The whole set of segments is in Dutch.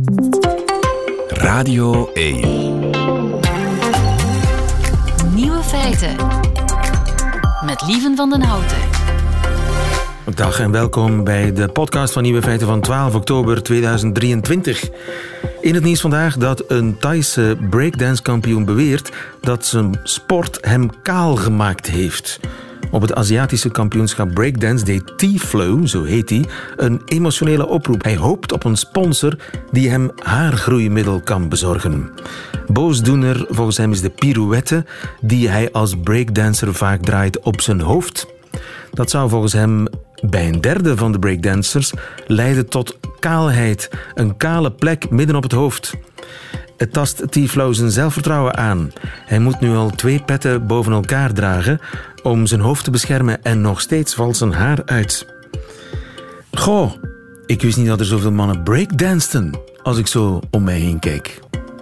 Radio 1. Nieuwe feiten. Met Lieven van den Houten. Dag en welkom bij de podcast van Nieuwe Feiten van 12 oktober 2023. In het nieuws vandaag dat een Thaise breakdance-kampioen beweert dat zijn sport hem kaal gemaakt heeft. Op het Aziatische kampioenschap breakdance deed T-Flow, zo heet hij, een emotionele oproep. Hij hoopt op een sponsor die hem haargroeimiddel kan bezorgen. Boosdoener volgens hem is de pirouette die hij als breakdancer vaak draait op zijn hoofd. Dat zou volgens hem bij een derde van de breakdancers leiden tot kaalheid. Een kale plek midden op het hoofd. Het tast T-Flow zijn zelfvertrouwen aan. Hij moet nu al 2 petten boven elkaar dragen om zijn hoofd te beschermen en nog steeds valt zijn haar uit. Goh, ik wist niet dat er zoveel mannen breakdansten als ik zo om mij heen kijk.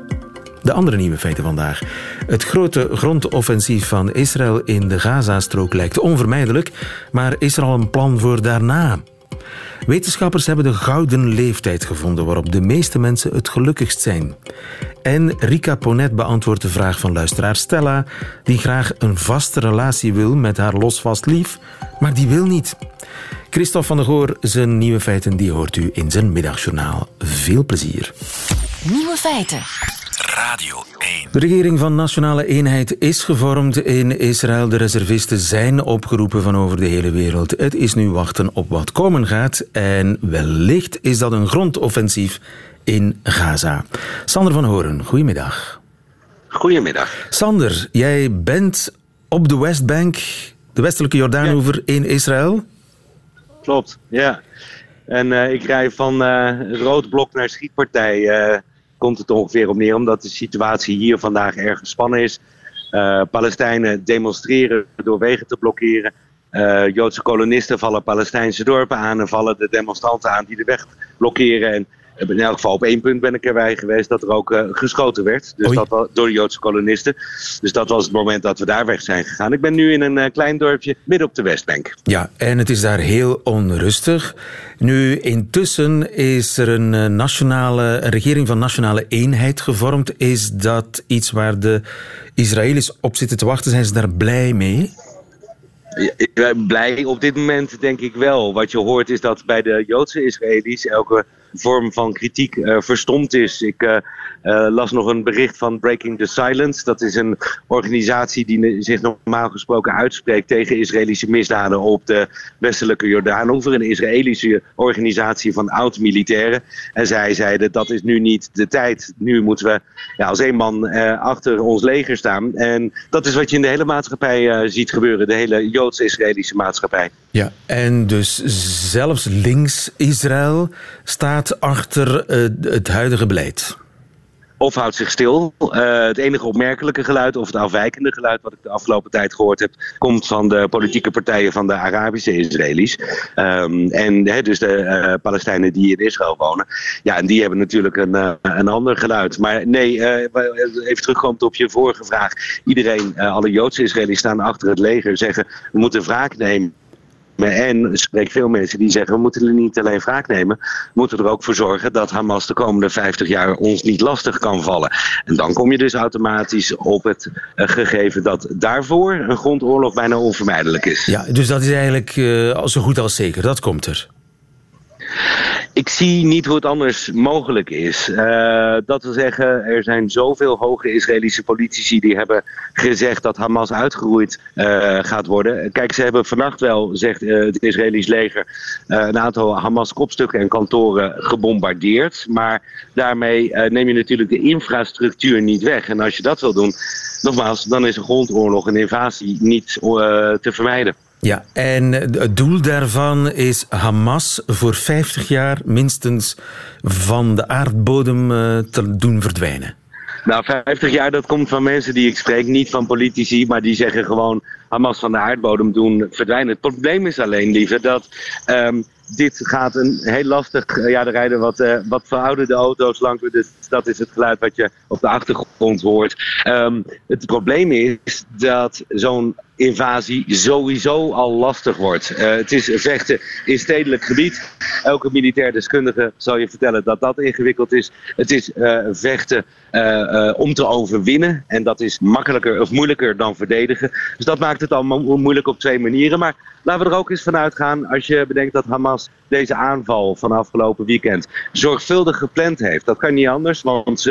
De andere nieuwe feiten vandaag. Het grote grondoffensief van Israël in de Gazastrook lijkt onvermijdelijk, maar is er al een plan voor daarna? Wetenschappers hebben de gouden leeftijd gevonden waarop de meeste mensen het gelukkigst zijn. En Rika Ponet beantwoordt de vraag van luisteraar Stella, die graag een vaste relatie wil met haar losvast lief, maar die wil niet. Christophe van der Goor, zijn nieuwe feiten, die hoort u in zijn middagjournaal. Veel plezier. Nieuwe feiten. Radio 1. De regering van Nationale Eenheid is gevormd in Israël. De reservisten zijn opgeroepen van over de hele wereld. Het is nu wachten op wat komen gaat. En wellicht is dat een grondoffensief in Gaza. Sander van Horen, goedemiddag. Goedemiddag. Sander, jij bent op de Westbank, de westelijke Jordaanoever in Israël. Klopt, ja. En ik rij van het roodblok naar schietpartij. Komt het ongeveer op neer, omdat de situatie hier vandaag erg gespannen is. Palestijnen demonstreren door wegen te blokkeren. Joodse kolonisten vallen Palestijnse dorpen aan en vallen de demonstranten aan die de weg blokkeren. En in elk geval op 1 punt ben ik erbij geweest dat er ook geschoten werd. Dus dat door de Joodse kolonisten. Dus dat was het moment dat we daar weg zijn gegaan. Ik ben nu in een klein dorpje midden op de Westbank. Ja, en het is daar heel onrustig. Nu, intussen is er een regering van Nationale Eenheid gevormd. Is dat iets waar de Israëli's op zitten te wachten? Zijn ze daar blij mee? Blij op dit moment denk ik wel. Wat je hoort is dat bij de Joodse Israëli's elke vorm van kritiek verstomd is. Ik las nog een bericht van Breaking the Silence. Dat is een organisatie die zich normaal gesproken uitspreekt tegen Israëlische misdaden op de westelijke Jordaanoever. Een Israëlische organisatie van oud-militairen. En zij zeiden dat is nu niet de tijd. Nu moeten we als 1 man achter ons leger staan. En dat is wat je in de hele maatschappij ziet gebeuren. De hele Joods-Israëlische maatschappij. Ja, en dus zelfs links Israël staat achter het huidige beleid. Of houdt zich stil. Het enige opmerkelijke geluid of het afwijkende geluid wat ik de afgelopen tijd gehoord heb, komt van de politieke partijen van de Arabische Israëli's. Dus de Palestijnen die in Israël wonen. Ja, en die hebben natuurlijk een ander geluid. Maar nee, even terugkomend op je vorige vraag. Iedereen, alle Joodse Israëli's staan achter het leger, zeggen we moeten wraak nemen. En er spreken veel mensen die zeggen we moeten er niet alleen wraak nemen, we moeten er ook voor zorgen dat Hamas de komende 50 jaar ons niet lastig kan vallen. En dan kom je dus automatisch op het gegeven dat daarvoor een grondoorlog bijna onvermijdelijk is. Ja, dus dat is eigenlijk zo goed als zeker, dat komt er. Ik zie niet hoe het anders mogelijk is. Dat wil zeggen, er zijn zoveel hoge Israëlische politici die hebben gezegd dat Hamas uitgeroeid gaat worden. Kijk, ze hebben vannacht wel, zegt het Israëlisch leger, een aantal Hamas-kopstukken en kantoren gebombardeerd. Maar daarmee neem je natuurlijk de infrastructuur niet weg. En als je dat wil doen, nogmaals, dan is een grondoorlog, een invasie niet te vermijden. Ja, en het doel daarvan is Hamas voor 50 jaar minstens van de aardbodem te doen verdwijnen. Nou, 50 jaar, dat komt van mensen die ik spreek, niet van politici, maar die zeggen gewoon Hamas van de aardbodem doen verdwijnen. Het probleem is alleen, lieve, dat dit gaat een heel lastig... er rijden wat verouderde auto's langs, dus dat is het geluid wat je op de achtergrond hoort. Het probleem is dat zo'n invasie sowieso al lastig wordt. Het is vechten in stedelijk gebied. Elke militair deskundige zal je vertellen dat dat ingewikkeld is. Het is vechten om te overwinnen. En dat is makkelijker of moeilijker dan verdedigen. Dus dat maakt het al moeilijk op 2 manieren. Maar laten we er ook eens van uitgaan als je bedenkt dat Hamas deze aanval van afgelopen weekend zorgvuldig gepland heeft. Dat kan niet anders, want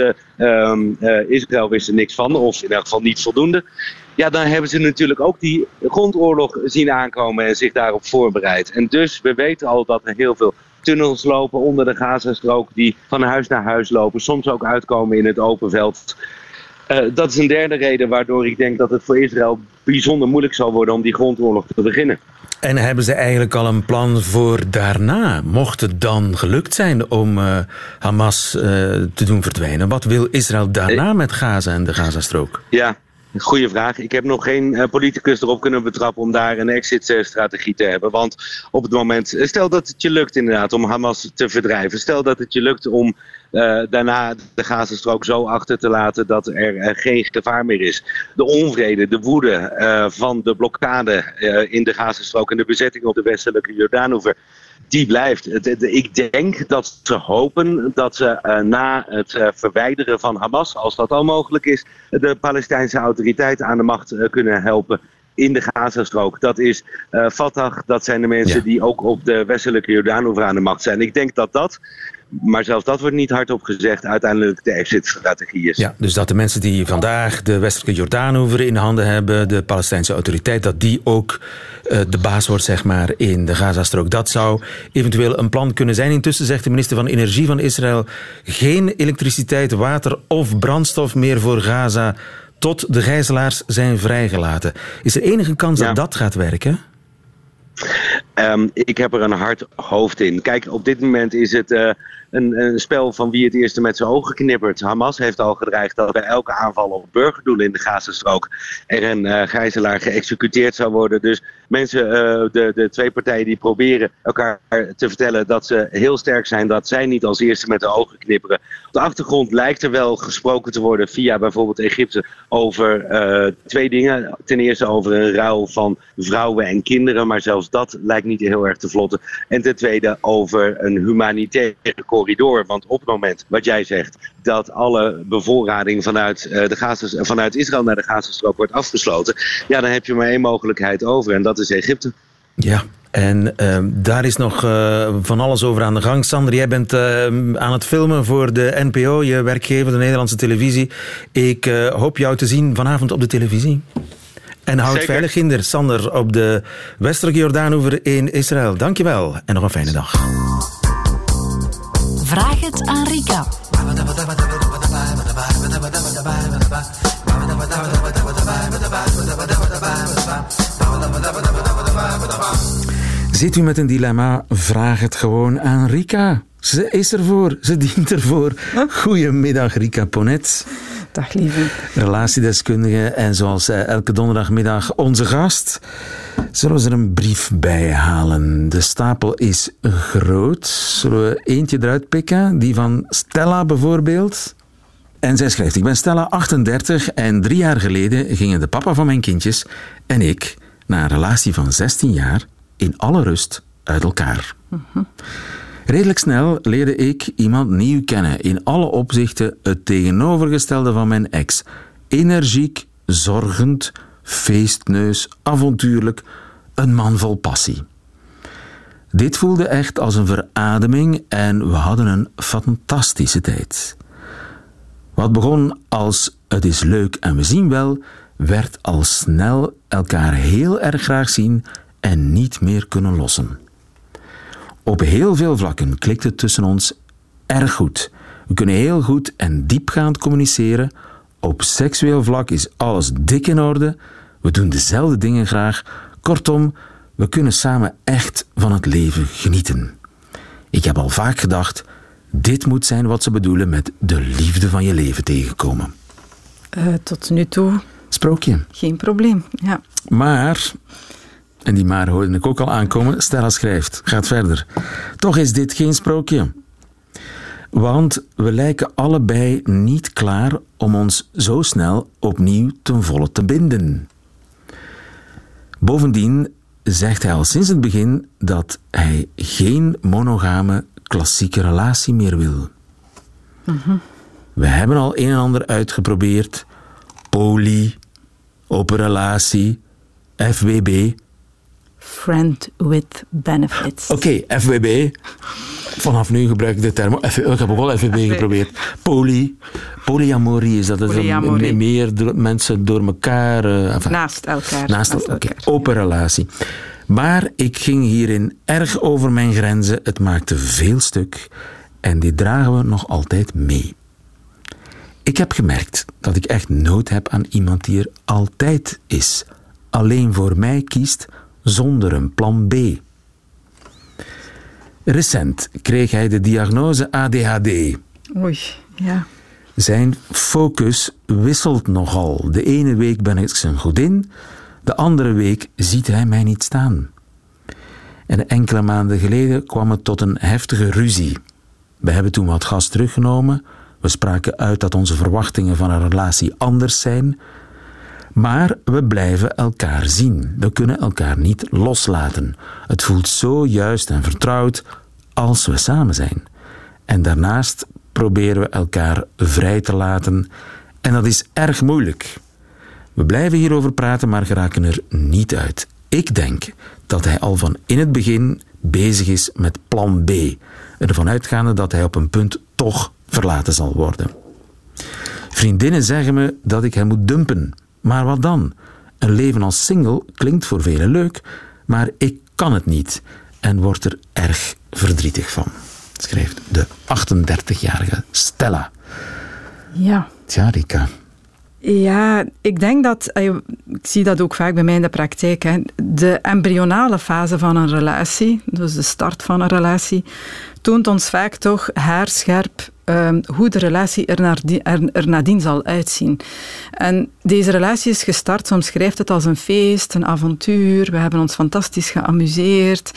Israël wist er niks van, of in elk geval niet voldoende. Ja, dan hebben ze natuurlijk ook die grondoorlog zien aankomen en zich daarop voorbereid. En dus, we weten al dat er heel veel tunnels lopen onder de Gazastrook die van huis naar huis lopen, soms ook uitkomen in het open veld. Dat is een derde reden waardoor ik denk dat het voor Israël bijzonder moeilijk zal worden om die grondoorlog te beginnen. En hebben ze eigenlijk al een plan voor daarna? Mocht het dan gelukt zijn om Hamas te doen verdwijnen? Wat wil Israël daarna met Gaza en de Gazastrook? Ja, goeie vraag. Ik heb nog geen politicus erop kunnen betrappen om daar een exit-strategie te hebben. Want op het moment, stel dat het je lukt inderdaad om Hamas te verdrijven. Stel dat het je lukt om daarna de Gazastrook zo achter te laten dat er geen gevaar meer is. De onvrede, de woede van de blokkade in de Gazastrook en de bezetting op de westelijke Jordaanoever, die blijft. Ik denk dat ze hopen dat ze na het verwijderen van Hamas, als dat al mogelijk is, de Palestijnse autoriteit aan de macht kunnen helpen in de Gazastrook. Dat is Fatah, dat zijn de mensen die ook op de westelijke Jordaanoever aan de macht zijn. Ik denk dat, maar zelfs dat wordt niet hardop gezegd, uiteindelijk de exit-strategie is. Ja, dus dat de mensen die vandaag de westelijke Jordaanoever in handen hebben, de Palestijnse autoriteit, dat die ook de baas wordt, zeg maar, in de Gazastrook. Dat zou eventueel een plan kunnen zijn. Intussen zegt de minister van Energie van Israël geen elektriciteit, water of brandstof meer voor Gaza tot de gijzelaars zijn vrijgelaten. Is er enige kans dat dat gaat werken? Ik heb er een hard hoofd in. Kijk, op dit moment is het een spel van wie het eerste met zijn ogen knippert. Hamas heeft al gedreigd dat bij elke aanval op burgerdoelen in de Gazastrook er een gijzelaar geëxecuteerd zou worden. Dus mensen, de twee partijen die proberen elkaar te vertellen dat ze heel sterk zijn, dat zij niet als eerste met de ogen knipperen. Op de achtergrond lijkt er wel gesproken te worden via bijvoorbeeld Egypte over 2 dingen. Ten eerste over een ruil van vrouwen en kinderen, maar zelfs dat lijkt niet heel erg te vlotten. En ten tweede over een humanitaire corridor. Want op het moment, wat jij zegt, dat alle bevoorrading vanuit Israël naar de Gazastrook wordt afgesloten, ja, dan heb je maar 1 mogelijkheid over en dat is Egypte. Ja, en daar is nog van alles over aan de gang. Sander, jij bent aan het filmen voor de NPO, je werkgever, de Nederlandse televisie. Ik hoop jou te zien vanavond op de televisie. En houd het veilig in der, Sander, op de westelijke Jordaanoever in Israël. Dankjewel en nog een fijne dag. Vraag het aan Rika. Zit u met een dilemma? Vraag het gewoon aan Rika. Ze is ervoor, ze dient ervoor. Goedemiddag, Rika Ponet. Dag lieve. Relatiedeskundige en zoals elke donderdagmiddag onze gast. Zullen we er een brief bij halen? De stapel is groot. Zullen we eentje eruit pikken? Die van Stella bijvoorbeeld. En zij schrijft: ik ben Stella, 38 en 3 jaar geleden gingen de papa van mijn kindjes en ik na een relatie van 16 jaar in alle rust uit elkaar. Redelijk snel leerde ik iemand nieuw kennen. In alle opzichten het tegenovergestelde van mijn ex. Energiek, zorgend, feestneus, avontuurlijk. Een man vol passie. Dit voelde echt als een verademing en we hadden een fantastische tijd. Wat begon als het is leuk en we zien wel, werd al snel elkaar heel erg graag zien en niet meer kunnen lossen. Op heel veel vlakken klikt het tussen ons erg goed. We kunnen heel goed en diepgaand communiceren. Op seksueel vlak is alles dik in orde. We doen dezelfde dingen graag. Kortom, we kunnen samen echt van het leven genieten. Ik heb al vaak gedacht, dit moet zijn wat ze bedoelen met de liefde van je leven tegenkomen. Tot nu toe... Sprookje. Geen probleem, ja. Maar... En die maar hoorde ik ook al aankomen. Stella schrijft, gaat verder. Toch is dit geen sprookje. Want we lijken allebei niet klaar om ons zo snel opnieuw ten volle te binden. Bovendien zegt hij al sinds het begin dat hij geen monogame klassieke relatie meer wil. We hebben al een en ander uitgeprobeerd. Poly, open relatie, FWB. Friend with benefits. Oké, FWB. Vanaf nu gebruik ik de term. Ik heb ook wel FWB geprobeerd. Polyamorie is dat. Polyamorie. Meer mensen door elkaar. Naast elkaar. Naast elkaar. Open relatie. Maar ik ging hierin erg over mijn grenzen. Het maakte veel stuk. En die dragen we nog altijd mee. Ik heb gemerkt dat ik echt nood heb aan iemand die er altijd is. Alleen voor mij kiest, zonder een plan B. Recent kreeg hij de diagnose ADHD. Oei, ja. Zijn focus wisselt nogal. De ene week ben ik zijn godin, de andere week ziet hij mij niet staan. En enkele maanden geleden kwam het tot een heftige ruzie. We hebben toen wat gas teruggenomen. We spraken uit dat onze verwachtingen van een relatie anders zijn. Maar we blijven elkaar zien. We kunnen elkaar niet loslaten. Het voelt zo juist en vertrouwd als we samen zijn. En daarnaast proberen we elkaar vrij te laten. En dat is erg moeilijk. We blijven hierover praten, maar geraken er niet uit. Ik denk dat hij al van in het begin bezig is met plan B. Ervan uitgaande dat hij op een punt toch verlaten zal worden. Vriendinnen zeggen me dat ik hem moet dumpen. Maar wat dan? Een leven als single klinkt voor velen leuk, maar ik kan het niet en word er erg verdrietig van, schrijft de 38-jarige Stella. Ja. Tja, Rika. Ja, ik denk dat, ik zie dat ook vaak bij mij in de praktijk, hè, de embryonale fase van een relatie, dus de start van een relatie, toont ons vaak toch haarscherp hoe de relatie er nadien zal uitzien. En deze relatie is gestart, soms schrijft het als een feest, een avontuur. We hebben ons fantastisch geamuseerd.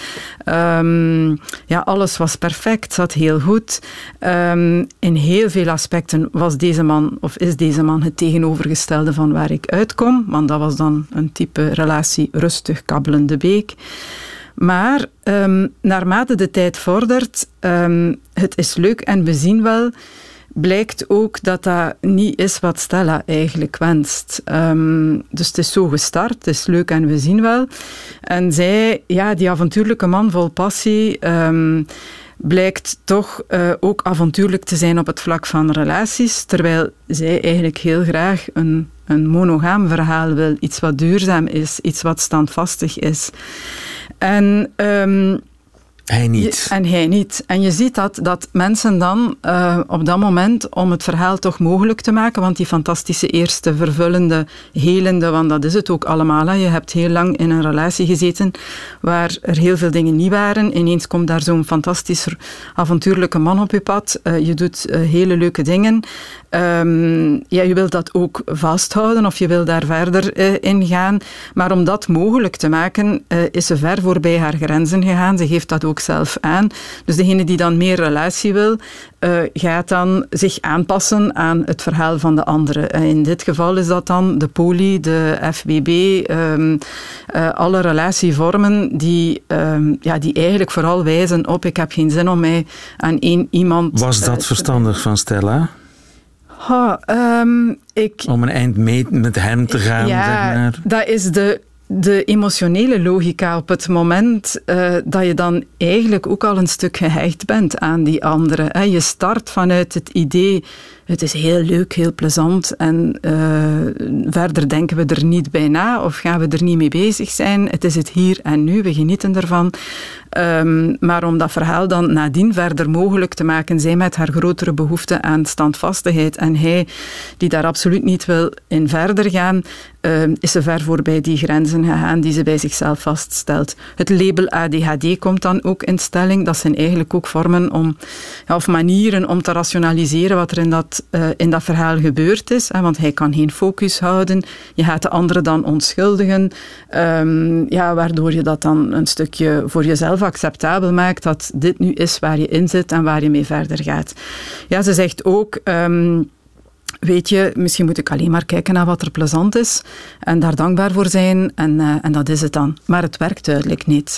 Alles was perfect, zat heel goed. In heel veel aspecten was deze man, of is deze man, het tegenovergestelde van waar ik uitkom. Want dat was dan een type relatie rustig kabbelende beek. Maar naarmate de tijd vordert, het is leuk en we zien wel, blijkt ook dat dat niet is wat Stella eigenlijk wenst. Dus het is zo gestart, het is leuk en we zien wel. En zij, die avontuurlijke man vol passie, blijkt toch ook avontuurlijk te zijn op het vlak van relaties, terwijl zij eigenlijk heel graag een monogaam verhaal wil, iets wat duurzaam is, iets wat standvastig is. En hij niet. En hij niet. En je ziet dat mensen dan op dat moment, om het verhaal toch mogelijk te maken, want die fantastische eerste vervullende, helende, want dat is het ook allemaal. Hè. Je hebt heel lang in een relatie gezeten waar er heel veel dingen niet waren. Ineens komt daar zo'n fantastisch avontuurlijke man op je pad. Je doet hele leuke dingen. Je wilt dat ook vasthouden of je wil daar verder in gaan. Maar om dat mogelijk te maken, is ze ver voorbij haar grenzen gegaan. Ze geeft dat ook zelf aan. Dus degene die dan meer relatie wil, gaat dan zich aanpassen aan het verhaal van de andere. In dit geval is dat dan de poly, de FWB, alle relatievormen die eigenlijk vooral wijzen op ik heb geen zin om mij aan één iemand... Was dat verstandig van Stella? Om een eind mee met hem te gaan, ja, zeg maar. Dat is de emotionele logica op het moment dat je dan eigenlijk ook al een stuk gehecht bent aan die andere. Je start vanuit het idee, het is heel leuk, heel plezant en verder denken we er niet bij na of gaan we er niet mee bezig zijn. Het is het hier en nu, we genieten ervan. Maar om dat verhaal dan nadien verder mogelijk te maken, zij met haar grotere behoefte aan standvastigheid en hij die daar absoluut niet wil in verder gaan, is ze ver voorbij die grenzen gegaan die ze bij zichzelf vaststelt. Het label ADHD komt dan ook in stelling. Dat zijn eigenlijk ook vormen of manieren om te rationaliseren wat er in dat verhaal gebeurd is. Want hij kan geen focus houden. Je gaat de andere dan onschuldigen. Waardoor je dat dan een stukje voor jezelf acceptabel maakt dat dit nu is waar je in zit en waar je mee verder gaat. Ja, ze zegt ook... weet je, misschien moet ik alleen maar kijken naar wat er plezant is en daar dankbaar voor zijn en dat is het dan. Maar het werkt duidelijk niet.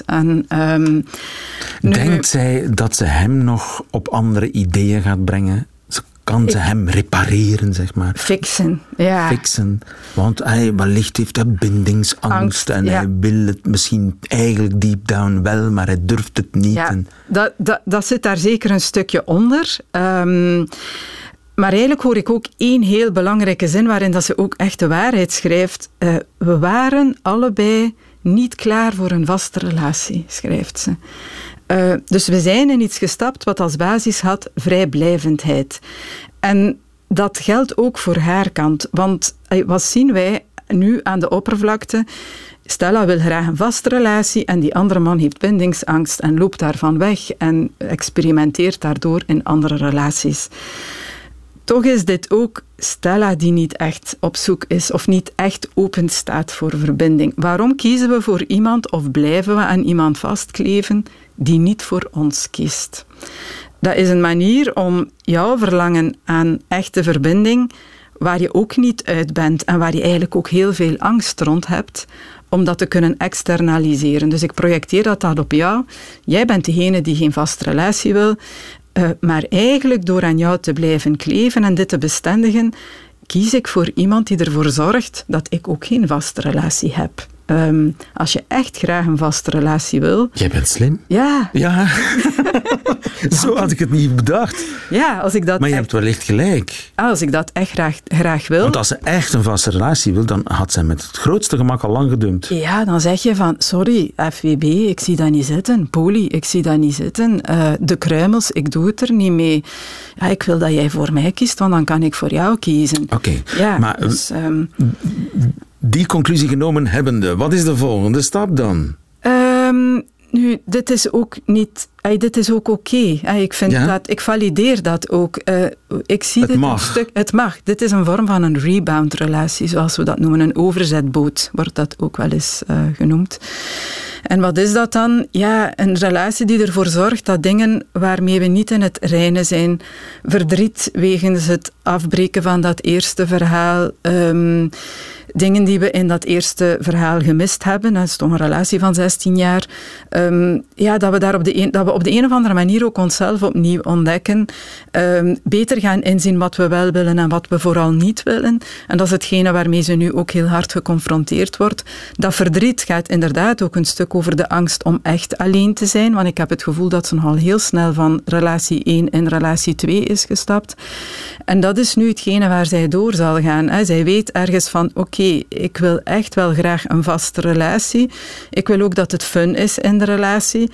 Denkt zij dat ze hem nog op andere ideeën gaat brengen? Kan ze hem repareren, zeg maar? Fixen, ja. Fixen. Want hij wellicht heeft hij bindingsangst en hij wil het misschien eigenlijk deep down wel, maar hij durft het niet. Ja, dat zit daar zeker een stukje onder. Maar eigenlijk hoor ik ook één heel belangrijke zin waarin dat ze ook echt de waarheid schrijft. We waren allebei niet klaar voor een vaste relatie, schrijft ze. Dus we zijn in iets gestapt wat als basis had vrijblijvendheid. En dat geldt ook voor haar kant. Want wat zien wij nu aan de oppervlakte? Stella wil graag een vaste relatie en die andere man heeft bindingsangst en loopt daarvan weg en experimenteert daardoor in andere relaties. Toch is dit ook Stella die niet echt op zoek is of niet echt open staat voor verbinding. Waarom kiezen we voor iemand of blijven we aan iemand vastkleven die niet voor ons kiest? Dat is een manier om jouw verlangen aan echte verbinding, waar je ook niet uit bent en waar je eigenlijk ook heel veel angst rond hebt, om dat te kunnen externaliseren. Dus ik projecteer dat op jou. Jij bent degene die geen vaste relatie wil. Maar eigenlijk door aan jou te blijven kleven en dit te bestendigen, kies ik voor iemand die ervoor zorgt dat ik ook geen vaste relatie heb. Als je echt graag een vaste relatie wil... Jij bent slim. Ja. Zo had ik het niet bedacht. Ja, als ik dat maar je hebt wellicht gelijk. Als ik dat echt graag wil... Want als ze echt een vaste relatie wil, dan had ze met het grootste gemak al lang gedumpt. Ja, dan zeg je van, sorry, FWB, ik zie dat niet zitten. Poly, ik zie dat niet zitten. De kruimels, ik doe het er niet mee. Ja, ik wil dat jij voor mij kiest, want dan kan ik voor jou kiezen. Oké, ja, maar... Dus, die conclusie genomen hebbende, wat is de volgende stap dan? Nu, dit is ook niet... dit is ook oké. Ik vind dat... Ik valideer dat ook. Ik zie het dit mag. Een stuk... Het mag. Dit is een vorm van een rebound-relatie, zoals we dat noemen. Een overzetboot wordt dat ook wel eens genoemd. En wat is dat dan? Ja, een relatie die ervoor zorgt dat dingen waarmee we niet in het reine zijn, verdriet wegens het afbreken van dat eerste verhaal, dingen die we in dat eerste verhaal gemist hebben, dat is toch een relatie van 16 jaar, dat we op de een of andere manier ook onszelf opnieuw ontdekken, beter gaan inzien wat we wel willen en wat we vooral niet willen. En dat is hetgene waarmee ze nu ook heel hard geconfronteerd wordt. Dat verdriet gaat inderdaad ook een stuk over de angst om echt alleen te zijn, want ik heb het gevoel dat ze nogal heel snel van relatie 1 in relatie 2 is gestapt. En dat is nu hetgene waar zij door zal gaan. Zij weet ergens van, oké, ik wil echt wel graag een vaste relatie. Ik wil ook dat het fun is in de relatie.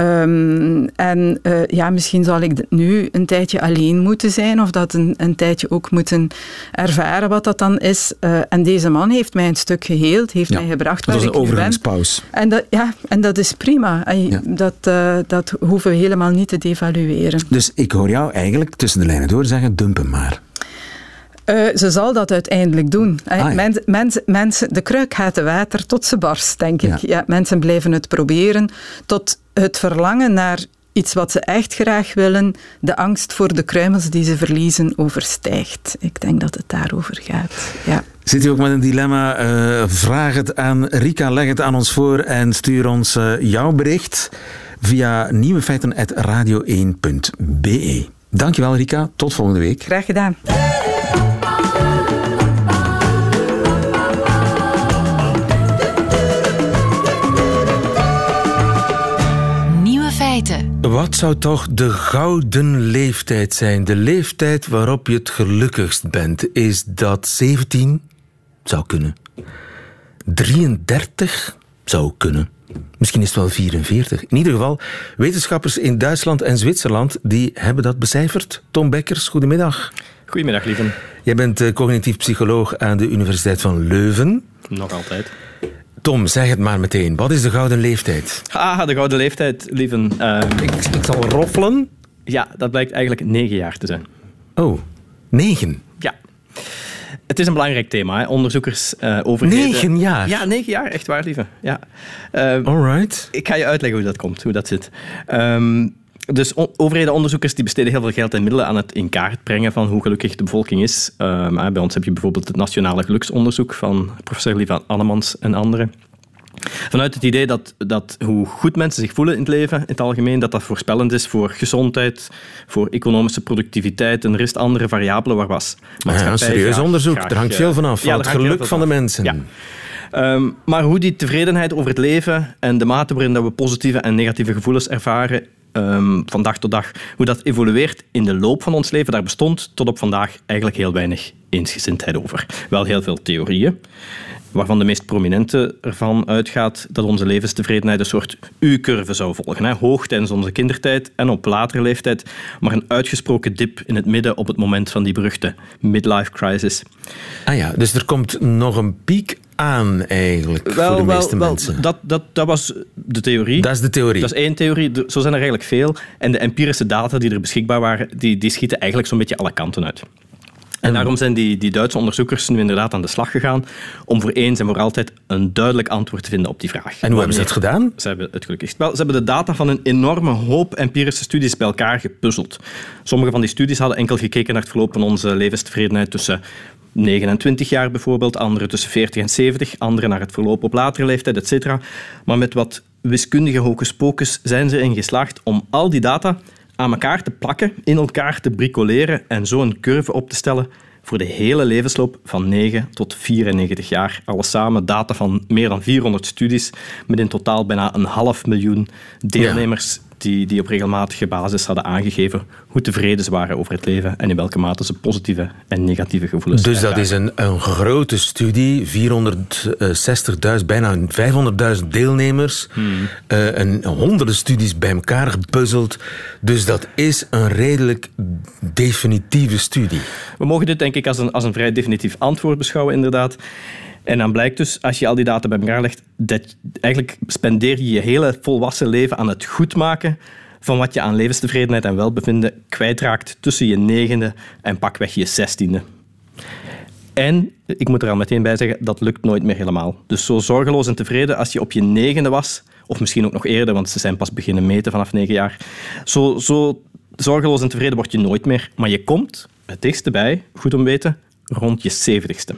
Misschien zal ik nu een tijdje alleen moeten zijn of dat een tijdje ook moeten ervaren wat dat dan is. En deze man heeft mij een stuk geheeld, heeft mij gebracht waar ik nu ben. Dat was een overgangspauze. En dat is prima. Dat hoeven we helemaal niet te devalueren. Dus ik hoor jou eigenlijk tussen de lijnen door zeggen, dump hem maar. Ze zal dat uiteindelijk doen. Mensen, de kruik gaat te water tot ze barst, denk ik. Ja, mensen blijven het proberen tot het verlangen naar iets wat ze echt graag willen, de angst voor de kruimels die ze verliezen overstijgt. Ik denk dat het daarover gaat. Ja. Zit u ook met een dilemma? Vraag het aan Rika, leg het aan ons voor en stuur ons jouw bericht via nieuwefeiten@radio1.be. Dankjewel Rika, tot volgende week. Graag gedaan. Wat zou toch de gouden leeftijd zijn? De leeftijd waarop je het gelukkigst bent. Is dat 17? Zou kunnen. 33? Zou kunnen. Misschien is het wel 44. In ieder geval, wetenschappers in Duitsland en Zwitserland die hebben dat becijferd. Tom Bekkers, goedemiddag. Goedemiddag, lieven. Jij bent cognitief psycholoog aan de Universiteit van Leuven. Nog altijd. Tom, zeg het maar meteen. Wat is de gouden leeftijd? De gouden leeftijd, lieven. Ik zal roffelen. Ja, dat blijkt eigenlijk 9 jaar te zijn. Oh, 9? Ja. Het is een belangrijk thema. Hè. Onderzoekers overheden... 9 jaar? Ja, 9 jaar. Echt waar, lieve. Ja. Alright. Ik ga je uitleggen hoe dat komt, hoe dat zit. Dus overheden, onderzoekers die besteden heel veel geld en middelen aan het in kaart brengen van hoe gelukkig de bevolking is. Bij ons heb je bijvoorbeeld het Nationale Geluksonderzoek van professor Lieve Annemans en anderen. Vanuit het idee dat hoe goed mensen zich voelen in het leven, in het algemeen, dat voorspellend is voor gezondheid, voor economische productiviteit en rest andere variabelen waar was. Een serieus onderzoek, er hangt veel vanaf, van het geluk van de mensen. Ja. Maar hoe die tevredenheid over het leven en de mate waarin dat we positieve en negatieve gevoelens ervaren van dag tot dag, hoe dat evolueert in de loop van ons leven, daar bestond tot op vandaag eigenlijk heel weinig eensgezindheid over. Wel heel veel theorieën, waarvan de meest prominente ervan uitgaat dat onze levenstevredenheid een soort U-curve zou volgen. Hoog tijdens onze kindertijd en op latere leeftijd, maar een uitgesproken dip in het midden op het moment van die beruchte midlife crisis. Ah ja, dus er komt nog een piek aan eigenlijk voor de meeste mensen. Dat was de theorie. Dat is de theorie. Dat is één theorie. Zo zijn er eigenlijk veel. En de empirische data die er beschikbaar waren, die schieten eigenlijk zo'n beetje alle kanten uit. En daarom zijn die Duitse onderzoekers nu inderdaad aan de slag gegaan om voor eens en voor altijd een duidelijk antwoord te vinden op die vraag. En hoe hebben ze dat gedaan? Ze hebben het gelukkig. Wel, ze hebben de data van een enorme hoop empirische studies bij elkaar gepuzzeld. Sommige van die studies hadden enkel gekeken naar het verloop van onze levenstevredenheid tussen 9 en 20 jaar bijvoorbeeld, andere tussen 40 en 70, andere naar het verloop op latere leeftijd, etc. Maar met wat wiskundige hocus-pocus zijn ze erin geslaagd om al die data aan elkaar te plakken, in elkaar te bricoleren en zo een curve op te stellen voor de hele levensloop van 9 tot 94 jaar. Alles samen data van meer dan 400 studies met in totaal bijna 500.000 deelnemers die op regelmatige basis hadden aangegeven hoe tevreden ze waren over het leven en in welke mate ze positieve en negatieve gevoelens Dus dat is een grote studie, 460.000, bijna 500.000 deelnemers, honderden studies bij elkaar gepuzzeld. Dus dat is een redelijk definitieve studie. We mogen dit denk ik als een vrij definitief antwoord beschouwen, inderdaad. En dan blijkt dus, als je al die data bij elkaar legt, dat eigenlijk spendeer je je hele volwassen leven aan het goedmaken van wat je aan levenstevredenheid en welbevinden kwijtraakt tussen je 9e en pakweg je 16e. En, ik moet er al meteen bij zeggen, dat lukt nooit meer helemaal. Dus zo zorgeloos en tevreden als je op je 9e was, of misschien ook nog eerder, want ze zijn pas beginnen meten vanaf 9 jaar, zo zorgeloos en tevreden word je nooit meer. Maar je komt het dichtste bij, goed om weten, rond je 70ste.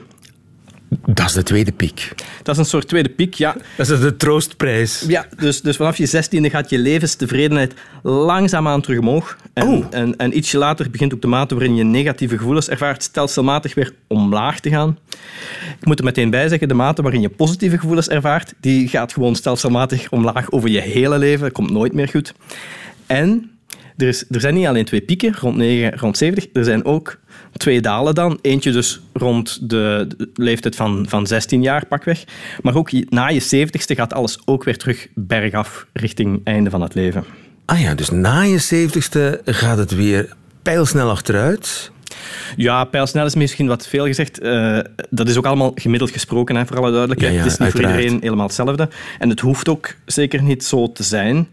Dat is de tweede piek. Dat is een soort tweede piek, ja. Dat is de troostprijs. Ja, dus vanaf je 16e gaat je levenstevredenheid langzaamaan terug omhoog. En ietsje later begint ook de mate waarin je negatieve gevoelens ervaart stelselmatig weer omlaag te gaan. Ik moet er meteen bij zeggen, de mate waarin je positieve gevoelens ervaart, die gaat gewoon stelselmatig omlaag over je hele leven. Dat komt nooit meer goed. En er zijn niet alleen 2 pieken, rond 9, rond 70. Er zijn ook 2 dalen dan. Eentje dus rond de leeftijd van 16 jaar, pakweg. Maar ook na je 70ste gaat alles ook weer terug bergaf richting einde van het leven. Ah ja, dus na je 70ste gaat het weer pijlsnel achteruit. Ja, pijlsnel is misschien wat veel gezegd. Dat is ook allemaal gemiddeld gesproken, voor alle duidelijkheid. Ja, het is niet uiteraard. voor iedereen helemaal hetzelfde. En het hoeft ook zeker niet zo te zijn.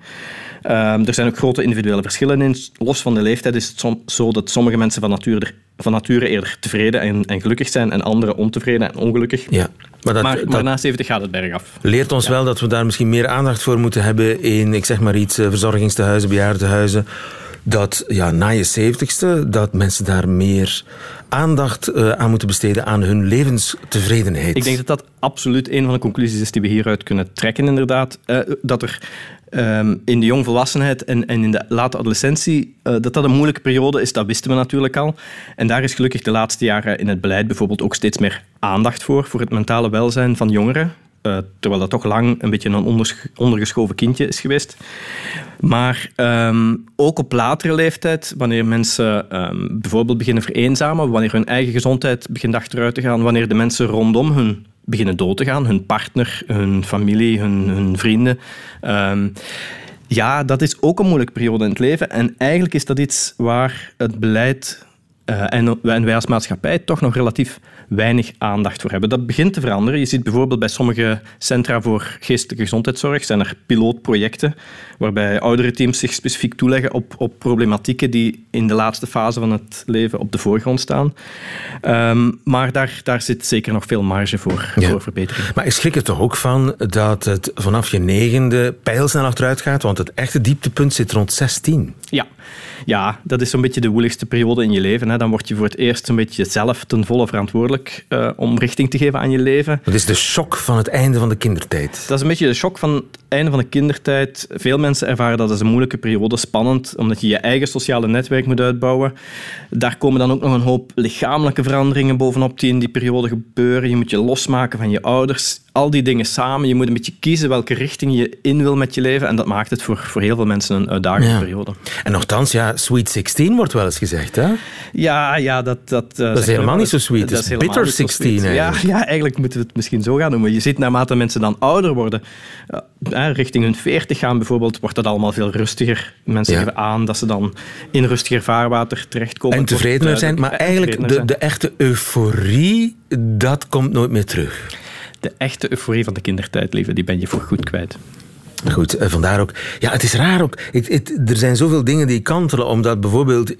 Er zijn ook grote individuele verschillen in. Los van de leeftijd is het zo dat sommige mensen van nature eerder tevreden en gelukkig zijn en anderen ontevreden en ongelukkig. Ja, maar na 70 gaat het bergaf. Leert ons wel dat we daar misschien meer aandacht voor moeten hebben in, ik zeg maar iets, verzorgingstehuizen, bejaardentehuizen. Dat na je 70ste, dat mensen daar meer aandacht aan moeten besteden aan hun levenstevredenheid. Ik denk dat dat absoluut een van de conclusies is die we hieruit kunnen trekken, inderdaad. Dat er in de jongvolwassenheid en in de late adolescentie, dat een moeilijke periode is, dat wisten we natuurlijk al. En daar is gelukkig de laatste jaren in het beleid bijvoorbeeld ook steeds meer aandacht voor het mentale welzijn van jongeren. Terwijl dat toch lang een beetje een ondergeschoven kindje is geweest. Maar ook op latere leeftijd, wanneer mensen bijvoorbeeld beginnen vereenzamen, wanneer hun eigen gezondheid begint achteruit te gaan, wanneer de mensen rondom hun beginnen dood te gaan, hun partner, hun familie, hun vrienden. Dat is ook een moeilijke periode in het leven. En eigenlijk is dat iets waar het beleid En wij als maatschappij toch nog relatief weinig aandacht voor hebben. Dat begint te veranderen. Je ziet bijvoorbeeld bij sommige centra voor geestelijke gezondheidszorg zijn er pilootprojecten waarbij oudere teams zich specifiek toeleggen op problematieken die in de laatste fase van het leven op de voorgrond staan. Maar daar zit zeker nog veel marge voor verbetering. Maar ik schrik er toch ook van dat het vanaf je 9e pijlsnel achteruit gaat, want het echte dieptepunt zit rond 16. Ja, dat is zo'n beetje de woeligste periode in je leven. Hè. Dan word je voor het eerst een beetje zelf ten volle verantwoordelijk om richting te geven aan je leven. Dat is de shock van het einde van de kindertijd. Dat is een beetje de shock van het einde van de kindertijd. Veel mensen ervaren dat als een moeilijke periode, spannend, omdat je je eigen sociale netwerk moet uitbouwen. Daar komen dan ook nog een hoop lichamelijke veranderingen bovenop die in die periode gebeuren. Je moet je losmaken van je ouders. Al die dingen samen. Je moet een beetje kiezen welke richting je in wil met je leven. En dat maakt het voor heel veel mensen een uitdagende periode. En nochtans, Sweet 16 wordt wel eens gezegd, hè? Ja, dat is helemaal niet zo sweet. Dat is bitter 16 eigenlijk. Ja, eigenlijk moeten we het misschien zo gaan noemen. Je ziet naarmate mensen dan ouder worden, richting hun 40 gaan bijvoorbeeld, wordt dat allemaal veel rustiger. Mensen geven aan dat ze dan in rustiger vaarwater terechtkomen. En tevredener zijn, maar eigenlijk de echte euforie, dat komt nooit meer terug. De echte euforie van de kindertijd, lieve, die ben je voor goed kwijt. Goed, vandaar ook. Ja, het is raar ook. Er zijn zoveel dingen die kantelen, omdat bijvoorbeeld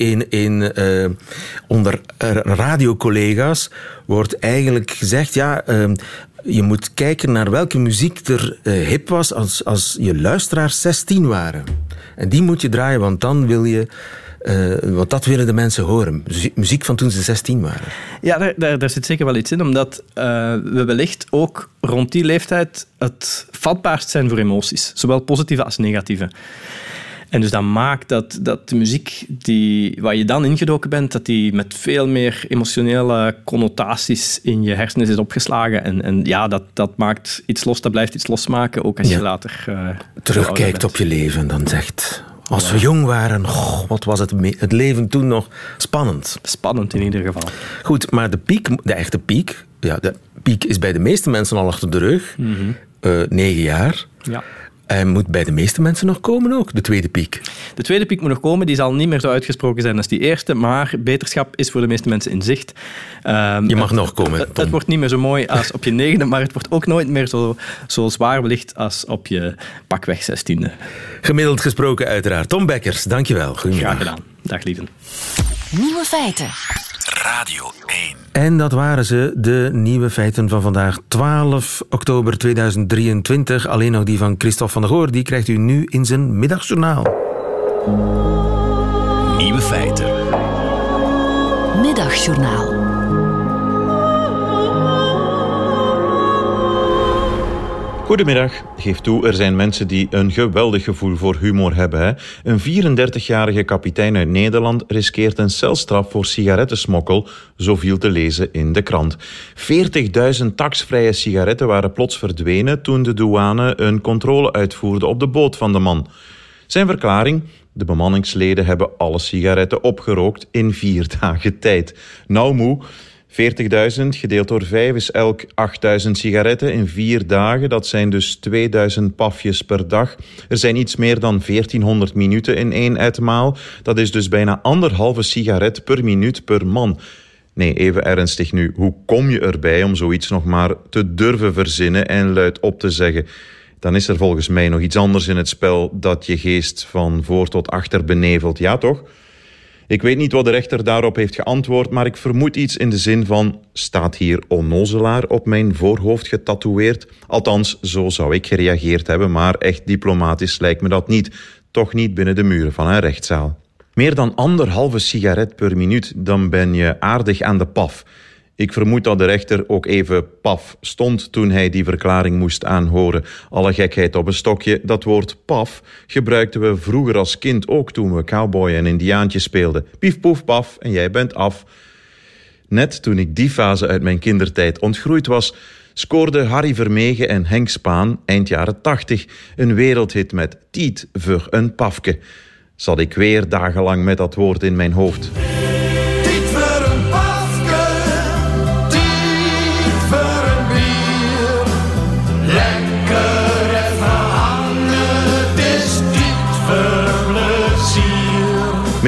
onder radiocollega's wordt eigenlijk gezegd, je moet kijken naar welke muziek er hip was als je luisteraars 16 waren. En die moet je draaien, want dan wil je... want dat willen de mensen horen. Muziek van toen ze 16 waren. Ja, daar zit zeker wel iets in, omdat we wellicht ook rond die leeftijd het vatbaarst zijn voor emoties. Zowel positieve als negatieve. En dus dat maakt dat de muziek waar je dan ingedoken bent, dat die met veel meer emotionele connotaties in je hersenen is opgeslagen. En dat maakt iets los, dat blijft iets losmaken, ook als je later terugkijkt op je leven en dan zegt... Als we jong waren, wat was het leven toen nog spannend. Spannend in ieder geval. Goed, maar de echte piek... Ja, de piek is bij de meeste mensen al achter de rug. 9 jaar. Ja. En moet bij de meeste mensen nog komen ook, de tweede piek. De tweede piek moet nog komen. Die zal niet meer zo uitgesproken zijn als die eerste. Maar beterschap is voor de meeste mensen in zicht. Je mag nog komen, Tom. Het wordt niet meer zo mooi als op je 9e. Maar het wordt ook nooit meer zo zwaar wellicht als op je pakweg 16e. Gemiddeld gesproken uiteraard. Tom Bekkers, dankjewel. Goedemiddag. Graag gedaan. Dag lieven. Nieuwe feiten. Radio 1. En dat waren ze, de nieuwe feiten van vandaag, 12 oktober 2023. Alleen nog die van Christophe van der Goor, die krijgt u nu in zijn middagjournaal. Nieuwe feiten. Middagjournaal. Goedemiddag. Geef toe, er zijn mensen die een geweldig gevoel voor humor hebben. Hè? Een 34-jarige kapitein uit Nederland riskeert een celstraf voor sigarettensmokkel, zo viel te lezen in de krant. 40.000 taxvrije sigaretten waren plots verdwenen toen de douane een controle uitvoerde op de boot van de man. Zijn verklaring? De bemanningsleden hebben alle sigaretten opgerookt in 4 dagen tijd. Nou moe... 40.000 gedeeld door 5 is elk 8.000 sigaretten in 4 dagen. Dat zijn dus 2.000 pafjes per dag. Er zijn iets meer dan 1.400 minuten in 1 etmaal. Dat is dus bijna 1,5 sigaret per minuut per man. Nee, even ernstig nu. Hoe kom je erbij om zoiets nog maar te durven verzinnen en luid op te zeggen? Dan is er volgens mij nog iets anders in het spel dat je geest van voor tot achter benevelt. Ja, toch? Ik weet niet wat de rechter daarop heeft geantwoord, maar ik vermoed iets in de zin van... Staat hier onnozelaar op mijn voorhoofd getatoeëerd? Althans, zo zou ik gereageerd hebben, maar echt diplomatisch lijkt me dat niet. Toch niet binnen de muren van een rechtszaal. Meer dan 1,5 sigaret per minuut, dan ben je aardig aan de paf. Ik vermoed dat de rechter ook even paf stond toen hij die verklaring moest aanhoren. Alle gekheid op een stokje, dat woord paf gebruikten we vroeger als kind ook toen we cowboy en indiaantje speelden. Pief, poef, paf en jij bent af. Net toen ik die fase uit mijn kindertijd ontgroeid was, scoorden Harry Vermegen en Henk Spaan eind jaren 80 een wereldhit met Tiet voor een pafke. Zat ik weer dagenlang met dat woord in mijn hoofd.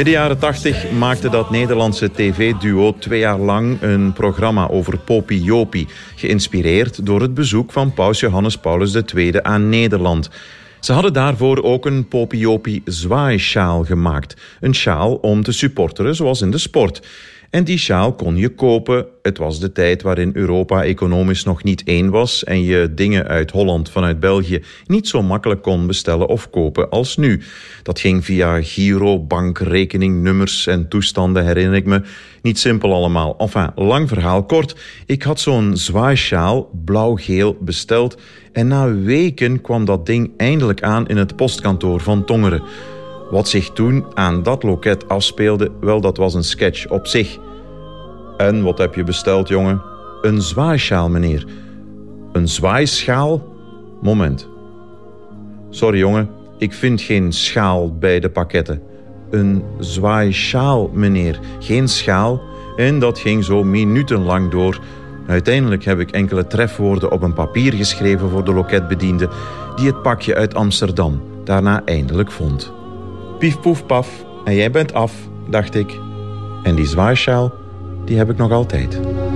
Midden jaren 80 maakte dat Nederlandse tv-duo 2 jaar lang een programma over Popiopie, geïnspireerd door het bezoek van paus Johannes Paulus II aan Nederland. Ze hadden daarvoor ook een Popiopie-zwaaisjaal gemaakt. Een sjaal om te supporteren, zoals in de sport. En die sjaal kon je kopen. Het was de tijd waarin Europa economisch nog niet één was en je dingen uit Holland vanuit België niet zo makkelijk kon bestellen of kopen als nu. Dat ging via Giro, bankrekening, nummers en toestanden, herinner ik me. Niet simpel allemaal. Enfin, lang verhaal kort. Ik had zo'n zwaaisjaal, blauw-geel, besteld en na weken kwam dat ding eindelijk aan in het postkantoor van Tongeren. Wat zich toen aan dat loket afspeelde, wel, dat was een sketch op zich. En wat heb je besteld, jongen? Een zwaaisjaal, meneer. Een zwaaischaal? Moment. Sorry, jongen, ik vind geen schaal bij de pakketten. Een zwaaisjaal, meneer. Geen schaal. En dat ging zo minutenlang door. Uiteindelijk heb ik enkele trefwoorden op een papier geschreven voor de loketbediende, die het pakje uit Amsterdam daarna eindelijk vond. Pief, poef, paf, en jij bent af, dacht ik. En die zwaaisjaal, die heb ik nog altijd.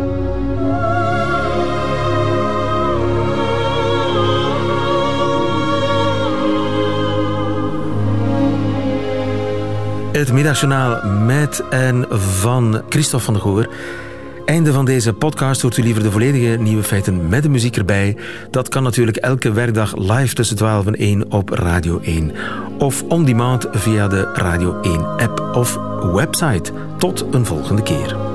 Het middagjournaal met en van Christophe van der Goor. Einde van deze podcast. Hoort u liever de volledige Nieuwe Feiten met de muziek erbij? Dat kan natuurlijk elke werkdag live tussen 12 en 1 op Radio 1. Of on demand via de Radio 1 app of website. Tot een volgende keer.